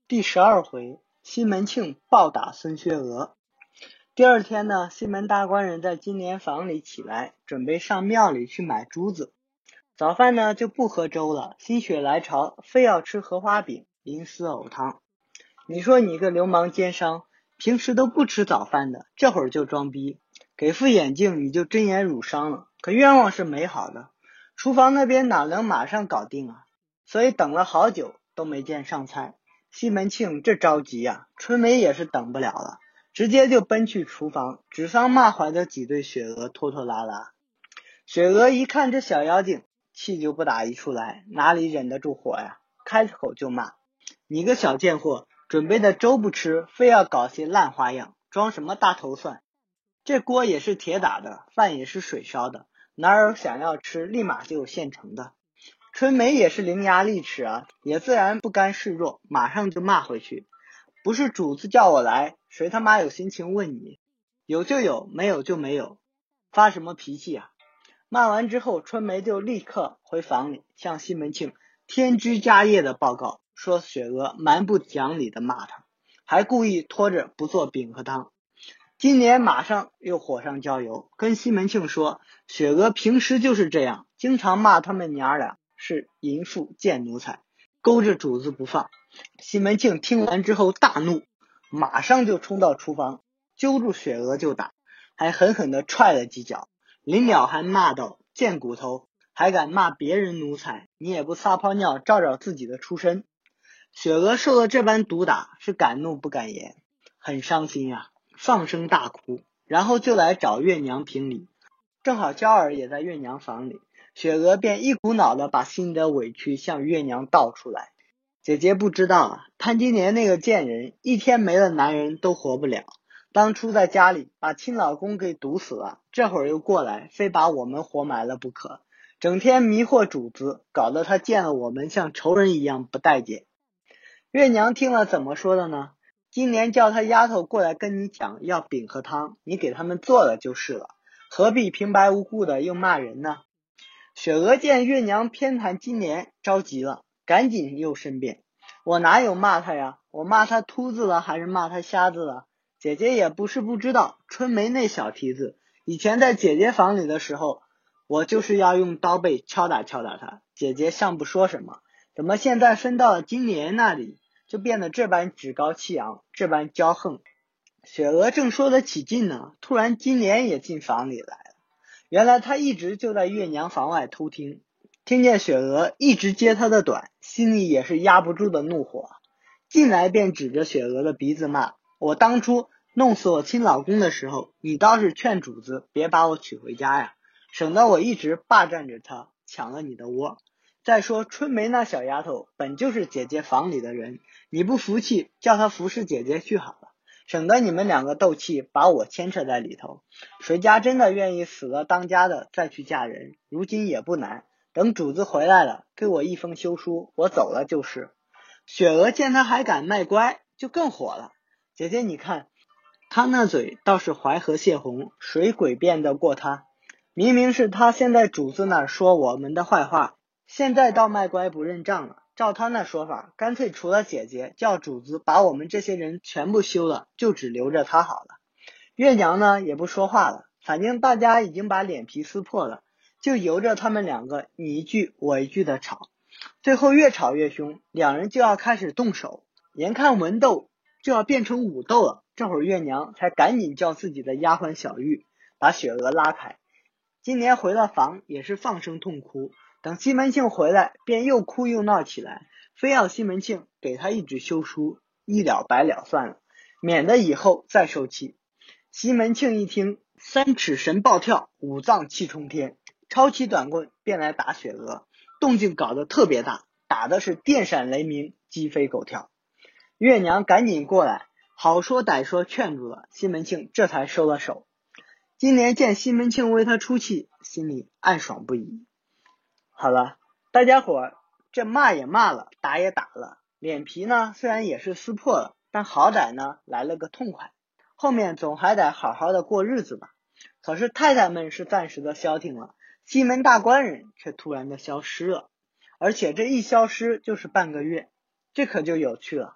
第12回，西门庆暴打孙薛娥。第二天呢，西门大官人在金莲房里起来，准备上庙里去买珠子。早饭呢就不喝粥了，心血来潮，非要吃荷花饼、银丝藕汤。你说你个流氓奸商，平时都不吃早饭的，这会儿就装逼，给副眼镜你就睁眼辱伤了。可愿望是美好的，厨房那边哪能马上搞定啊？所以等了好久都没见上菜。西门庆这着急啊，春梅也是等不了了，直接就奔去厨房，指桑骂槐的挤兑雪娥拖拖拉拉。雪娥一看这小妖精，气就不打一处来，哪里忍得住火呀？开口就骂：你个小贱货，准备的粥不吃，非要搞些烂花样，装什么大头蒜？这锅也是铁打的，饭也是水烧的，哪有想要吃立马就有现成的？春梅也是伶牙俐齿啊，也自然不甘示弱，马上就骂回去：不是主子叫我来，谁他妈有心情问你？有就有，没有就没有，发什么脾气啊？骂完之后，春梅就立刻回房里向西门庆添枝加叶的报告，说雪娥蛮不讲理的骂他，还故意拖着不做饼和汤。今年马上又火上浇油，跟西门庆说雪娥平时就是这样，经常骂他们娘俩是淫妇贱奴才，勾着主子不放。西门庆听完之后大怒，马上就冲到厨房，揪住雪娥就打，还狠狠地踹了几脚。临了还骂道：贱骨头，还敢骂别人奴才，你也不撒泡尿照照自己的出身。雪娥受了这般毒打，是敢怒不敢言，很伤心啊，放声大哭，然后就来找月娘评理。正好娇儿也在月娘房里，雪娥便一股脑的把心里的委屈向月娘道出来。姐姐不知道啊，潘金莲那个贱人，一天没了男人都活不了。当初在家里把亲老公给毒死了，这会儿又过来，非把我们活埋了不可，整天迷惑主子，搞得他见了我们像仇人一样不待见。月娘听了怎么说的呢？今年叫他丫头过来跟你讲要饼和汤，你给他们做了就是了，何必平白无故的又骂人呢？雪娥见月娘偏袒今年，着急了，赶紧又申辩：我哪有骂他呀？我骂他秃子了还是骂他瞎子了？姐姐也不是不知道，春梅那小蹄子以前在姐姐房里的时候，我就是要用刀背敲打敲打他，姐姐尚不说什么，怎么现在分到了金莲那里，就变得这般趾高气扬，这般骄横？雪娥正说得起劲呢，突然金莲也进房里来了。原来他一直就在月娘房外偷听，听见雪娥一直接他的短，心里也是压不住的怒火，进来便指着雪娥的鼻子骂：我当初弄死我亲老公的时候，你倒是劝主子别把我娶回家呀，省得我一直霸占着他，抢了你的窝。再说春梅那小丫头本就是姐姐房里的人，你不服气叫她服侍姐姐去好了，省得你们两个斗气，把我牵扯在里头。谁家真的愿意死了当家的再去嫁人，如今也不难，等主子回来了，给我一封休书，我走了就是。雪娥见他还敢卖乖，就更火了。姐姐你看，他那嘴倒是怀和泄洪，谁诡辩得过他？明明是他先在主子那儿说我们的坏话，现在倒卖乖不认账了。照他那说法，干脆除了姐姐，叫主子把我们这些人全部休了，就只留着他好了。月娘呢也不说话了，反正大家已经把脸皮撕破了，就由着他们两个你一句我一句的吵，最后越吵越凶，两人就要开始动手，眼看文斗就要变成武斗了。这会儿月娘才赶紧叫自己的丫鬟小玉把雪娥拉开。今年回了房也是放声痛哭，等西门庆回来便又哭又闹起来，非要西门庆给他一纸休书，一了百了算了，免得以后再受气。西门庆一听，三尺神暴跳，五脏气冲天，抄起短棍便来打雪娥，动静搞得特别大，打的是电闪雷鸣，鸡飞狗跳。月娘赶紧过来，好说歹说劝住了，西门庆这才收了手。金莲见西门庆为他出气，心里暗爽不已。好了，大家伙这骂也骂了，打也打了，脸皮呢虽然也是撕破了，但好歹呢来了个痛快，后面总还得好好的过日子吧。可是太太们是暂时的消停了，西门大官人却突然的消失了，而且这一消失就是半个月，这可就有趣了。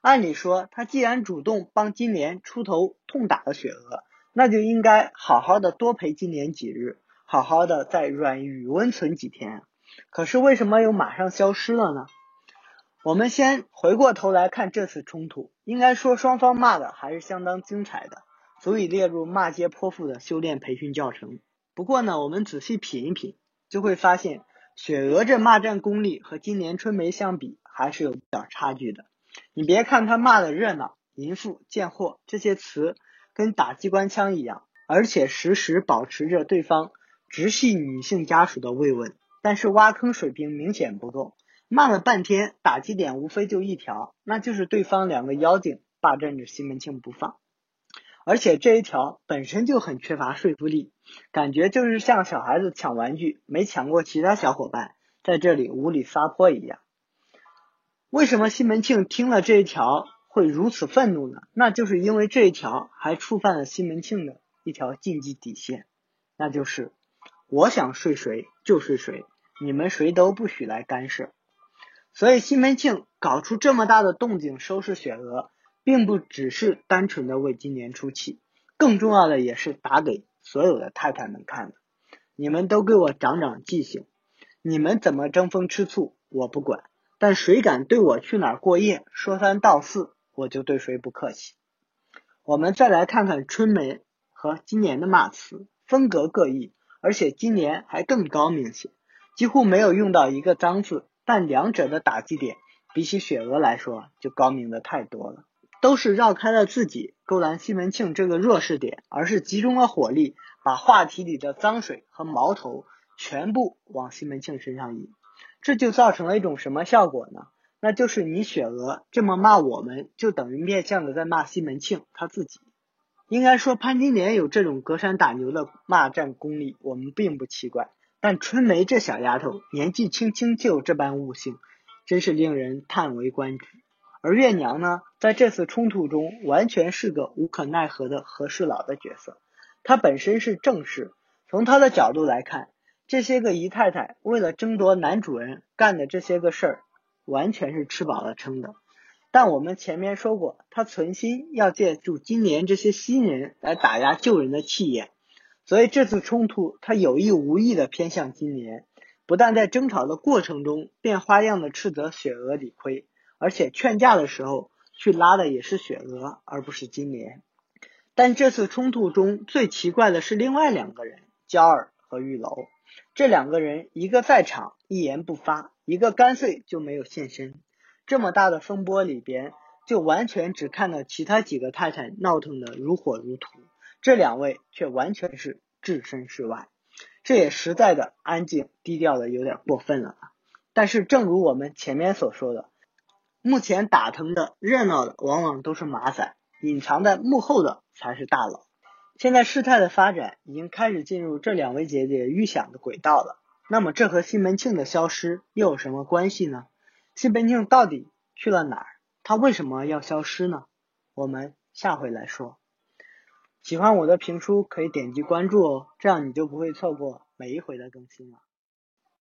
按理说，他既然主动帮金莲出头痛打了雪娥，那就应该好好的多陪金莲几日，好好的再软语温存几天。可是为什么又马上消失了呢？我们先回过头来看这次冲突，应该说双方骂的还是相当精彩的，足以列入骂街泼妇的修炼培训教程。不过呢，我们仔细品一品，就会发现雪娥这骂战功力和金莲春梅相比还是有点差距的。你别看他骂的热闹，淫妇、贱货这些词跟打机关枪一样，而且时时保持着对方直系女性家属的慰问，但是挖坑水平明显不够。骂了半天，打击点无非就一条，那就是对方两个妖精霸占着西门庆不放。而且这一条本身就很缺乏说服力，感觉就是像小孩子抢玩具没抢过其他小伙伴，在这里无理撒泼一样。为什么西门庆听了这一条会如此愤怒呢？那就是因为这一条还触犯了西门庆的一条禁忌底线，那就是我想睡谁就睡谁，你们谁都不许来干涉。所以西门庆搞出这么大的动静收拾雪娥，并不只是单纯的为金莲出气，更重要的也是打给所有的太太们看的。你们都给我长长记性，你们怎么争风吃醋我不管，但谁敢对我去哪儿过夜说三道四，我就对谁不客气。我们再来看看春梅和金莲的骂词，风格各异，而且金莲还更高明些，几乎没有用到一个脏字，但两者的打击点比起雪娥来说就高明的太多了，都是绕开了自己勾拦西门庆这个弱势点，而是集中了火力，把话题里的脏水和矛头全部往西门庆身上引。这就造成了一种什么效果呢？那就是你雪娥这么骂我们，就等于面向的在骂西门庆他自己。应该说潘金莲有这种隔山打牛的骂战功力，我们并不奇怪，但春梅这小丫头年纪轻轻就有这般悟性，真是令人叹为观止。而月娘呢，在这次冲突中完全是个无可奈何的和事佬的角色，她本身是正室，从她的角度来看，这些个姨太太为了争夺男主人干的这些个事儿，完全是吃饱了撑的。但我们前面说过，他存心要借助金莲这些新人来打压旧人的气焰，所以这次冲突他有意无意的偏向金莲，不但在争吵的过程中变花样的斥责雪娥理亏，而且劝架的时候去拉的也是雪娥而不是金莲。但这次冲突中最奇怪的是另外两个人，娇儿和玉楼。这两个人一个在场一言不发，一个干脆就没有现身。这么大的风波里边，就完全只看到其他几个太太闹腾的如火如荼，这两位却完全是置身事外，这也实在的安静低调的有点过分了。但是正如我们前面所说的，目前打腾的热闹的往往都是马仔，隐藏在幕后的才是大佬。现在事态的发展已经开始进入这两位姐姐预想的轨道了，那么这和西门庆的消失又有什么关系呢？西门庆到底去了哪儿？他为什么要消失呢？我们下回来说。喜欢我的评书可以点击关注哦，这样你就不会错过每一回的更新了。